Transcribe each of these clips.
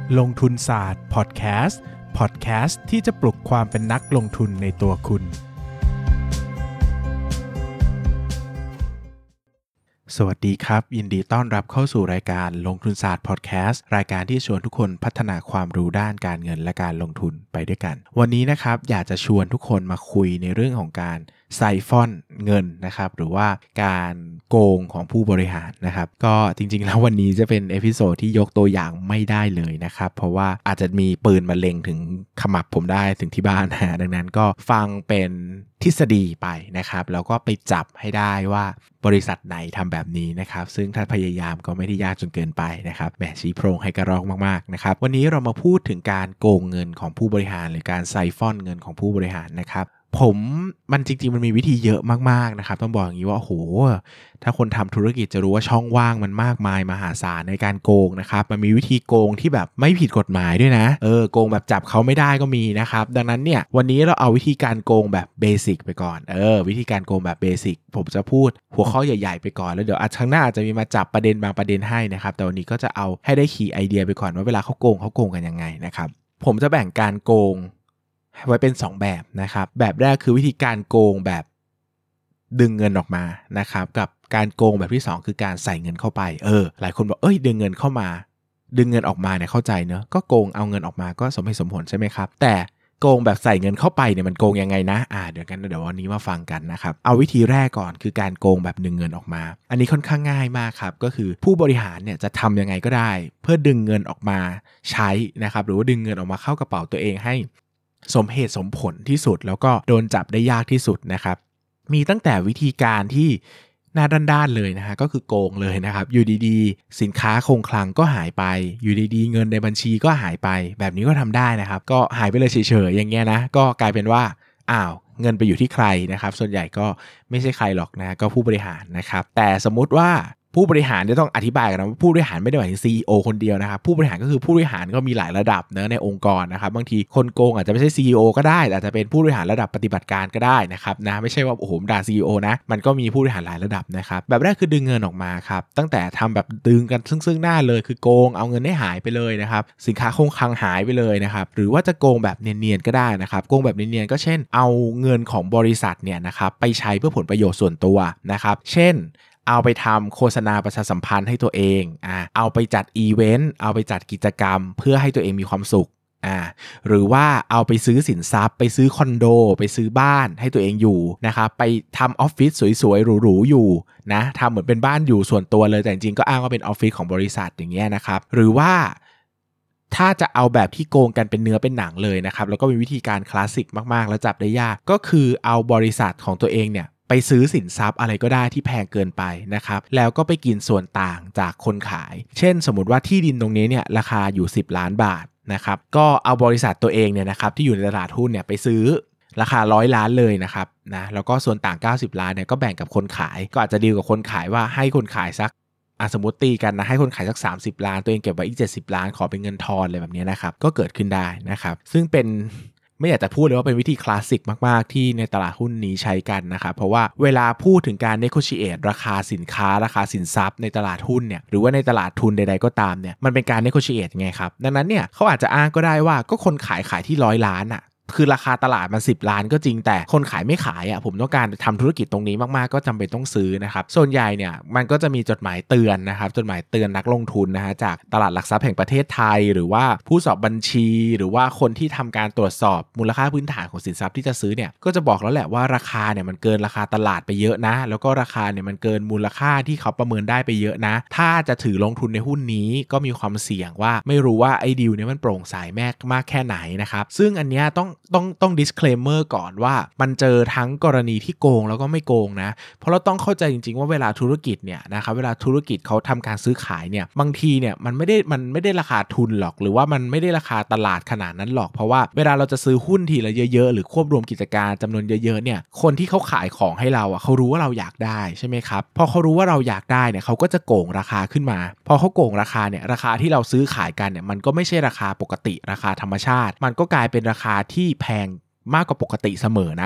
ลงทุนศาสตร์พอดแคสต์ที่จะปลุกความเป็นนักลงทุนในตัวคุณสวัสดีครับยินดีต้อนรับเข้าสู่รายการลงทุนศาสตร์พอดแคสต์รายการที่ชวนทุกคนพัฒนาความรู้ด้านการเงินและการลงทุนไปด้วยกันวันนี้นะครับอยากจะชวนทุกคนมาคุยในเรื่องของการไซฟอนเงินนะครับหรือว่าการโกงของผู้บริหารนะครับก็จริงๆแล้ววันนี้จะเป็นเอพิโซดที่ยกตัวอย่างไม่ได้เลยนะครับเพราะว่าอาจจะมีปืนมาเล็งถึงขมับผมได้ถึงที่บ้านนะดังนั้นก็ฟังเป็นทฤษฎีไปนะครับแล้วก็ไปจับให้ได้ว่าบริษัทไหนทำแบบนี้นะครับซึ่งถ้าพยายามก็ไม่ได้ยากจนเกินไปนะครับแหมชี้โพรงให้กระรอกมากๆนะครับวันนี้เรามาพูดถึงการโกงเงินของผู้บริหารหรือการไซฟอนเงินของผู้บริหารนะครับมันจริงๆมันมีวิธีเยอะมากๆนะครับต้องบอกอย่างนี้ว่าโอ้โหถ้าคนทำธุรกิจจะรู้ว่าช่องว่างมันมากมายมหาศาลในการโกงนะครับมันมีวิธีโกงที่แบบไม่ผิดกฎหมายด้วยนะโกงแบบจับเขาไม่ได้ก็มีนะครับดังนั้นเนี่ยวันนี้เราเอาวิธีการโกงแบบเบสิกไปก่อนวิธีการโกงแบบเบสิกผมจะพูดหัวข้อใหญ่ๆไปก่อนแล้วเดี๋ยวข้างหน้าอาจจะมีมาจับประเด็นบางประเด็นให้นะครับแต่วันนี้ก็จะเอาให้ได้คีย์ไอเดียไปก่อนว่าเวลาเขาโกงกันยังไงนะครับผมจะแบ่งการโกงไว้เป็น2แบบนะครับแบบแรกคือวิธีการโกงแบบดึงเงินออกมานะครับกับการโกงแบบที่2คือการใส่เงินเข้าไปหลายคนบอกดึงเงินเข้ามาดึงเงินออกมาเนี่ยเข้าใจเนอะก็โกงเอาเงินออกมาก็สมเหตุสมผลใช่ไหมครับแต่โกงแบบใส่เงินเข้าไปเนี่ยมันโกงยังไงนะเดี๋ยววันนี้มาฟังกันนะครับเอาวิธีแรกก่อนคือการโกงแบบดึงเงินออกมาอันนี้ค่อนข้างง่ายมากครับก็คือผู้บริหารเนี่ยจะทำยังไงก็ได้เพื่อดึงเงินออกมาใช้นะครับหรือว่าดึงเงินออกมาเข้ากระเป๋าตัวเองให้สมเหตุสมผลที่สุดแล้วก็โดนจับได้ยากที่สุดนะครับมีตั้งแต่วิธีการที่หน้าด้านๆเลยนะฮะก็คือโกงเลยนะครับอยู่ดีๆสินค้าคงคลังก็หายไปอยู่ดีๆเงินในบัญชีก็หายไปแบบนี้ก็ทำได้นะครับก็หายไปเลยเฉยๆอย่างเงี้ยนะก็กลายเป็นว่าเงินไปอยู่ที่ใครนะครับส่วนใหญ่ก็ไม่ใช่ใครหรอกนะก็ผู้บริหารนะครับแต่สมมุติว่าผู้บริหารจะต้องอธิบายกันนะว่าผู้บริหารไม่ได้หมายถึง CEO คนเดียวนะครับผู้บริหารก็คือผู้บริหารก็มีหลายระดับเนอะในองค์กรนะครับบางทีคนโกงอาจจะไม่ใช่ CEO ก็ได้แต่อาจจะเป็นผู้บริหารระดับปฏิบัติการก็ได้นะครับนะไม่ใช่ว่าโอ้โหด่า CEO นะมันก็มีผู้บริหารหลายระดับนะครับแบบแรกคือดึงเงินออกมาครับตั้งแต่ทำแบบดึงกันซึ่งหน้าเลยคือโกงเอาเงินให้หายไปเลยนะครับสินค้าคงคลังหายไปเลยนะครับหรือว่าจะโกงแบบเนียนๆก็ได้นะครับโกงแบบเนียนๆก็เช่นเอาเงินของบริษัทเนี่ยนะครับไปใช้เพื่อผลประโยชน์ส่วนตัวนะครับเช่นเอาไปทำโฆษณาประชาสัมพันธ์ให้ตัวเองเอาไปจัดอีเวนต์เอาไปจัดกิจกรรมเพื่อให้ตัวเองมีความสุขหรือว่าเอาไปซื้อสินทรัพย์ไปซื้อคอนโดไปซื้อบ้านให้ตัวเองอยู่นะครับไปทำออฟฟิศสวยๆหรูๆอยู่นะทำเหมือนเป็นบ้านอยู่ส่วนตัวเลยแต่จริงๆก็อ้างว่าเป็นออฟฟิศของบริษัทอย่างเงี้ยนะครับหรือว่าถ้าจะเอาแบบที่โกงกันเป็นเนื้อเป็นหนังเลยนะครับแล้วก็มีวิธีการคลาสสิกมากๆแล้วจับได้ยากก็คือเอาบริษัทของตัวเองเนี่ยไปซื้อสินทรัพย์อะไรก็ได้ที่แพงเกินไปนะครับแล้วก็ไปกินส่วนต่างจากคนขายเช่นสมมุติว่าที่ดินตรงนี้เนี่ยราคาอยู่10 ล้านบาทนะครับก็เอาบริษัทตัวเองเนี่ยนะครับที่อยู่ในตลาดหุ้นเนี่ยไปซื้อราคา100 ล้านเลยนะครับนะแล้วก็ส่วนต่าง90 ล้านเนี่ยก็แบ่งกับคนขายก็อาจจะดีลกับคนขายว่าให้คนขายสักสมมติตีกันนะให้คนขายสัก30 ล้านตัวเองเก็บไว้อีก70 ล้านขอเป็นเงินทอนอะไรแบบนี้นะครับก็เกิดขึ้นได้นะครับซึ่งเป็นไม่อยากจะพูดเลยว่าเป็นวิธีคลาสสิกมากๆที่ในตลาดหุ้นนี้ใช้กันนะครับเพราะว่าเวลาพูดถึงการ negotiate ราคาสินค้าราคาสินทรัพย์ในตลาดหุ้นเนี่ยหรือว่าในตลาดทุนใดๆก็ตามเนี่ยมันเป็นการ negotiate ไงครับดังนั้นเนี่ยเขาอาจจะอ้างก็ได้ว่าก็คนขายที่100 ล้านคือราคาตลาดมัน10 ล้านก็จริงแต่คนขายไม่ขายผมต้องการทำธุรกิจตรงนี้มากๆก็จำเป็นต้องซื้อนะครับส่วนใหญ่เนี่ยมันก็จะมีจดหมายเตือนนะครับจดหมายเตือนนักลงทุนนะฮะจากตลาดหลักทรัพย์แห่งประเทศไทยหรือว่าผู้สอบบัญชีหรือว่าคนที่ทำการตรวจสอบมูลค่าพื้นฐานของสินทรัพย์ที่จะซื้อเนี่ยก็จะบอกแล้วแหละว่าราคาเนี่ยมันเกินราคาตลาดไปเยอะนะแล้วก็ราคาเนี่ยมันเกินมูลค่าที่เขาประเมินได้ไปเยอะนะถ้าจะถือลงทุนในหุ้นนี้ก็มีความเสี่ยงว่าไม่รู้ว่าไอ้ดีลเนี่ยมันโปร่งใสมากแค่ไหนนะครับซึ่งอันเนี้ยต้องdisclaimer ก่อนว่ามันเจอทั้งกรณีที่โกงแล้วก็ไม่โกงนะเพราะเราต้องเข้าใจจริงๆว่าเวลาธุรกิจเนี่ยนะครับเวลาธุรกิจเขาทำการซื้อขายเนี่ยบางทีเนี่ยมันไม่ได้ราคาทุนหรอกหรือว่ามันไม่ได้ราคาตลาดขนาดนั้นหรอกเพราะว่าเวลาเราจะซื้อหุ้นทีละเยอะๆหรือควบรวมกิจการจำนวนเยอะๆเนี่ยคนที่เขาขายของให้เราเขารู้ว่าเราอยากได้ใช่ไหมครับพอเขารู้ว่าเราอยากได้เนี่ยเขาก็จะโกงราคาขึ้นมาพอเขาโกงราคาเนี่ยราคาที่เราซื้อขายกันเนี่ยมันก็ไม่ใช่ราคาปกติราคาธรรมชาติมันก็กลายเป็นราคาที่แพงมากกว่าปกติเสมอนะ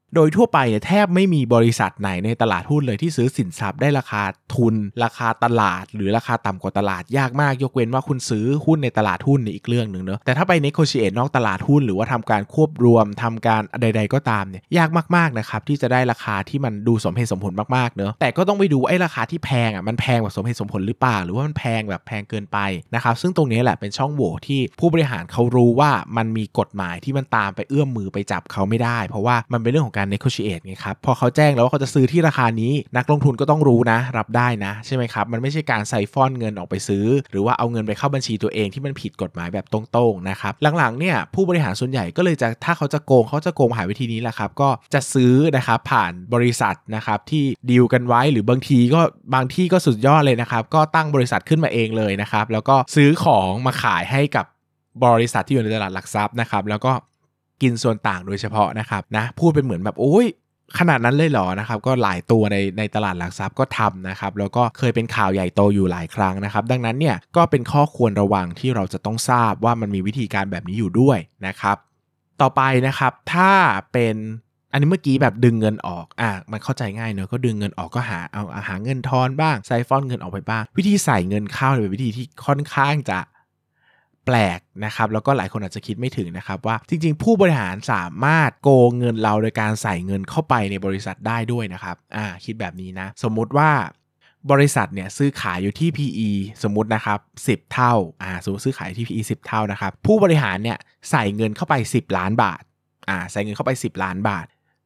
โดยทั่วไปเนี่ยแทบไม่มีบริษัทไหนในตลาดหุ้นเลยที่ซื้อสินทรัพย์ได้ราคาทุนราคาตลาดหรือราคาต่ำกว่าตลาดยากมากยกเว้นว่าคุณซื้อหุ้นในตลาดหุ้นในอีกเรื่องนึงเนอะแต่ถ้าไป negotiate นอกตลาดหุ้นหรือว่าทำการควบรวมทำการใดๆก็ตามเนี่ยยากมากๆนะครับที่จะได้ราคาที่มันดูสมเหตุสมผลมากๆเนอะแต่ก็ต้องไปดูไอ้ราคาที่แพงมันแพงแบบสมเหตุสมผลหรือเปล่าหรือว่ามันแพงแบบแพงเกินไปนะครับซึ่งตรงนี้แหละเป็นช่องโหว่ที่ผู้บริหารเขารู้ว่ามันมีกฎหมายที่มันตามไปเอื้อมมือไปจับเขาไม่ได้เพราะว่ามันเป็นเรื่องของการ negotiate ไงครับพอเขาแจ้งแล้วว่าเขาจะซื้อที่ราคานี้นักลงทุนก็ต้องรู้นะรับได้นะใช่ไหมครับมันไม่ใช่การไซฟอนเงินออกไปซื้อหรือว่าเอาเงินไปเข้าบัญชีตัวเองที่มันผิดกฎหมายแบบตรงๆนะครับหลังๆเนี่ยผู้บริหารส่วนใหญ่ก็เลยจะถ้าเขาจะโกงหาวิธีนี้แหละครับก็จะซื้อนะครับผ่านบริษัทนะครับที่ดีลกันไว้หรือบางที่ก็สุดยอดเลยนะครับก็ตั้งบริษัทขึ้นมาเองเลยนะครับแล้วก็ซื้อของมาขายให้กับบริษัทที่อยู่ในตลาดหลักทรัพย์นะครับแล้วก็กินส่วนต่างโดยเฉพาะนะครับนะพูดเป็นเหมือนแบบโอ้ยขนาดนั้นเลยเหรอนะครับก็หลายตัวในตลาดหลักทรัพย์ก็ทำนะครับแล้วก็เคยเป็นข่าวใหญ่โตอยู่หลายครั้งนะครับดังนั้นเนี่ยก็เป็นข้อควรระวังที่เราจะต้องทราบว่ามันมีวิธีการแบบนี้อยู่ด้วยนะครับต่อไปนะครับถ้าเป็นอันนี้เมื่อกี้แบบดึงเงินออกมันเข้าใจง่ายเนอะก็ดึงเงินออกก็หาเงินทอนบ้างไซฟอนเงินออกไปบ้างวิธีใส่เงินเข้าเป็นวิธีที่ค่อนข้างจะแปลกนะครับแล้วก็หลายคนอาจจะคิดไม่ถึงนะครับว่าจริงๆผู้บริหารสามารถโกงเงินเราโดยการใส่เงินเข้าไปในบริษัทได้ด้วยนะครับคิดแบบนี้นะสมมุติว่าบริษัทเนี่ยซื้อขายอยู่ที่ PE สมมุตินะครับ10 เท่าสมมติซื้อขายที่ PE 10 เท่านะครับผู้บริหารเนี่ยใส่เงินเข้าไป10 ล้านบาทใส่เงินเข้าไป10 ล้านบาท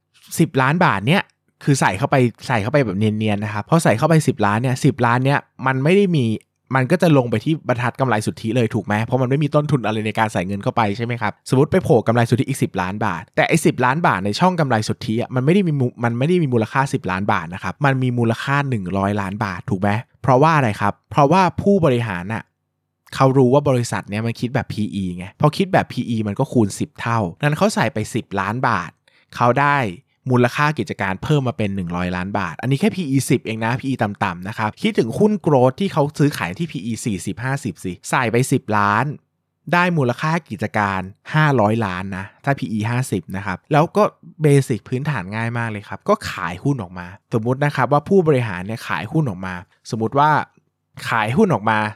10 ล้านบาทเนี่ยคือใส่เข้าไปแบบเนียนๆนะครับพอใส่เข้าไป10 ล้านเนี่ย10 ล้านเนี่ยมันก็จะลงไปที่บรรทัดกำไรสุทธิเลยถูกไหมเพราะมันไม่มีต้นทุนอะไรในการใส่เงินเข้าไปใช่ไหมครับสมมติไปโผล่กำไรสุทธิอีก10 ล้านบาทแต่ไอ้10 ล้านบาทในช่องกำไรสุทธิมันไม่ได้มีมูลค่า10 ล้านบาทนะครับมันมีมูลค่า100 ล้านบาทถูกไหมเพราะว่าอะไรครับเพราะว่าผู้บริหารเขารู้ว่าบริษัทเนี้ยมันคิดแบบ PE ไงพอคิดแบบ PE มันก็คูณ10 เท่านั้นเขาใส่ไป10 ล้านบาทเขาได้มูลค่ากิจการเพิ่มมาเป็น100 ล้านบาทอันนี้แค่ PE 10เองนะ PE ต่ำๆนะครับคิดถึงหุ้นโกรทที่เขาซื้อขายที่ PE 40-50สิใส่ไป10 ล้านได้มูลค่ากิจการ500 ล้านนะถ้า PE 50นะครับแล้วก็เบสิกพื้นฐานง่ายมากเลยครับก็ขายหุ้นออกมาสมมุตินะครับว่าผู้บริหารเนี่ยขายหุ้นออกมาสมมุติว่าขายหุ้นออกมา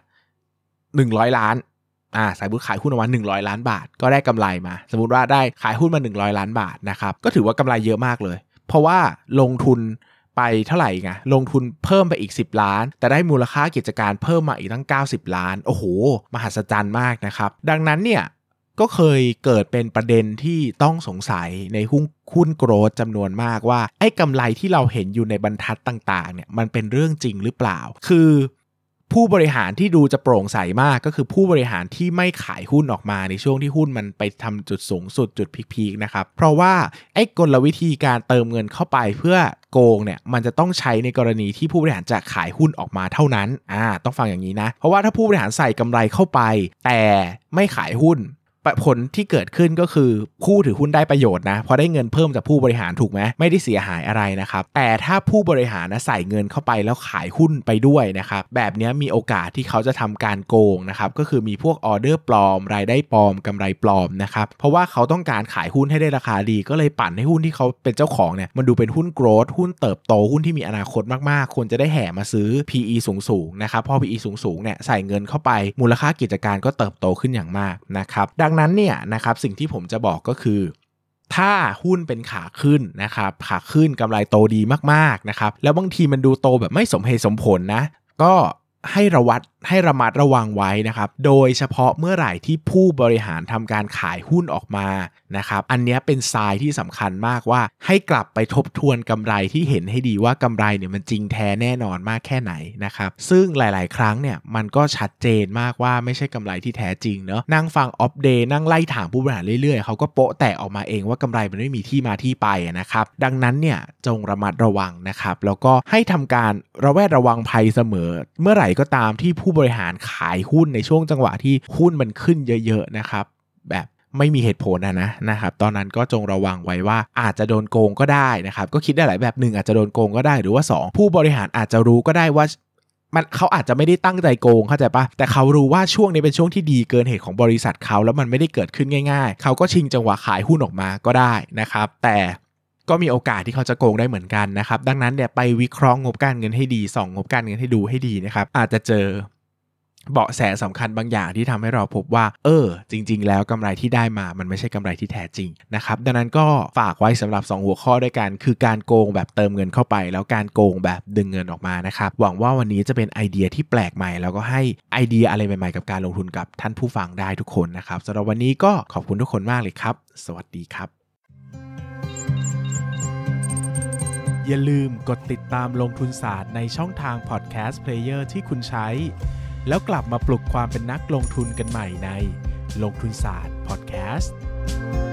100 ล้านสายบุญขายหุ้นออกมา100 ล้านบาทก็ได้กำไรมาสมมุติว่าได้ขายหุ้นมา100 ล้านบาทนะครับก็ถือว่ากำไรเยอะมากเลยเพราะว่าลงทุนไปเท่าไหร่ไงลงทุนเพิ่มไปอีก10 ล้านแต่ได้มูลค่ากิจการเพิ่มมาอีกตั้ง90 ล้านโอ้โหมหัศจรรย์มากนะครับดังนั้นเนี่ยก็เคยเกิดเป็นประเด็นที่ต้องสงสัยในหุ้นโกรทจำนวนมากว่าไอ้กำไรที่เราเห็นอยู่ในบรรทัดต่างๆเนี่ยมันเป็นเรื่องจริงหรือเปล่าคือผู้บริหารที่ดูจะโปร่งใสมากก็คือผู้บริหารที่ไม่ขายหุ้นออกมาในช่วงที่หุ้นมันไปทำจุดสูงสุดจุดพีคๆนะครับเพราะว่าไอ้กลวิธีการเติมเงินเข้าไปเพื่อโกงเนี่ยมันจะต้องใช้ในกรณีที่ผู้บริหารจะขายหุ้นออกมาเท่านั้นต้องฟังอย่างนี้นะเพราะว่าถ้าผู้บริหารใส่กำไรเข้าไปแต่ไม่ขายหุ้นผลที่เกิดขึ้นก็คือผู้ถือหุ้นได้ประโยชน์นะเพราะได้เงินเพิ่มจากผู้บริหารถูกไหมไม่ได้เสียหายอะไรนะครับแต่ถ้าผู้บริหารใส่เงินเข้าไปแล้วขายหุ้นไปด้วยนะครับแบบนี้มีโอกาสที่เขาจะทำการโกงนะครับก็คือมีพวกออเดอร์ปลอมรายได้ปลอมกำไรปลอมนะครับเพราะว่าเขาต้องการขายหุ้นให้ได้ราคาดีก็เลยปั่นให้หุ้นที่เขาเป็นเจ้าของเนี่ยมันดูเป็นหุ้นโกรทหุ้นเติบโตหุ้นที่มีอนาคตมากๆคนจะได้แห่มาซื้อ PE สูงๆนะครับพอ PE สูงๆเนี่ยใส่เงินเข้าไปมูลค่ากิจการก็เติบโตขึ้นอย่างมากนะครับดังนั้นเนี่ยนะครับสิ่งที่ผมจะบอกก็คือถ้าหุ้นเป็นขาขึ้นนะครับขาขึ้นกำไรโตดีมากๆนะครับแล้วบางทีมันดูโตแบบไม่สมเหตุสมผลนะก็ให้ระมัดระวังไว้นะครับโดยเฉพาะเมื่อไหร่ที่ผู้บริหารทำการขายหุ้นออกมานะครับอันนี้เป็นทรายที่สำคัญมากว่าให้กลับไปทบทวนกำไรที่เห็นให้ดีว่ากำไรเนี่ยมันจริงแท้แน่นอนมากแค่ไหนนะครับซึ่งหลายๆครั้งเนี่ยมันก็ชัดเจนมากว่าไม่ใช่กำไรที่แท้จริงเนอะนั่งฟังออฟเดย์นั่งไล่ถามผู้บริหารเรื่อยๆเขาก็โป๊ะแตกออกมาเองว่ากำไรมันไม่มีที่มาที่ไปนะครับดังนั้นเนี่ยจงระมัดระวังนะครับแล้วก็ให้ทำการระแวดระวังภัยเสมอเมื่อไหร่ก็ตามที่ผู้บริหารขายหุ้นในช่วงจังหวะที่หุ้นมันขึ้นเยอะๆนะครับแบบไม่มีเหตุผลนะครับตอนนั้นก็จงระวังไว้ว่าอาจจะโดนโกงก็ได้นะครับก็คิดได้หลายแบบ1อาจจะโดนโกงก็ได้หรือว่า2ผู้บริหารอาจจะรู้ก็ได้ว่าเขาอาจจะไม่ได้ตั้งใจโกงเข้าใจปะแต่เขารู้ว่าช่วงนี้เป็นช่วงที่ดีเกินเหตุของบริษัทเขาแล้วมันไม่ได้เกิดขึ้นง่ายๆเขาก็ชิงจังหวะขายหุ้นออกมาก็ได้นะครับแต่ก็มีโอกาสที่เขาจะโกงได้เหมือนกันนะครับดังนั้นเนี่ยไปวิเคราะห์งบการเงินให้ดีส่องงบการเงินให้ดูให้ดีนะครับอาจจะเจอเบาะแสสำคัญบางอย่างที่ทำให้เราพบว่าจริงๆแล้วกำไรที่ได้มามันไม่ใช่กำไรที่แท้จริงนะครับดังนั้นก็ฝากไว้สำหรับ2หัวข้อด้วยกันคือการโกงแบบเติมเงินเข้าไปแล้วการโกงแบบดึงเงินออกมานะครับหวังว่าวันนี้จะเป็นไอเดียที่แปลกใหม่แล้วก็ให้ไอเดียอะไรใหม่ๆกับการลงทุนกับท่านผู้ฟังได้ทุกคนนะครับสำหรับวันนี้ก็ขอบคุณทุกคนมากเลยครับสวัสดีครับอย่าลืมกดติดตามลงทุนศาสตร์ในช่องทางพอดแคสต์เพลเยอร์ที่คุณใช้แล้วกลับมาปลุกความเป็นนักลงทุนกันใหม่ในลงทุนศาสตร์พอดแคสต์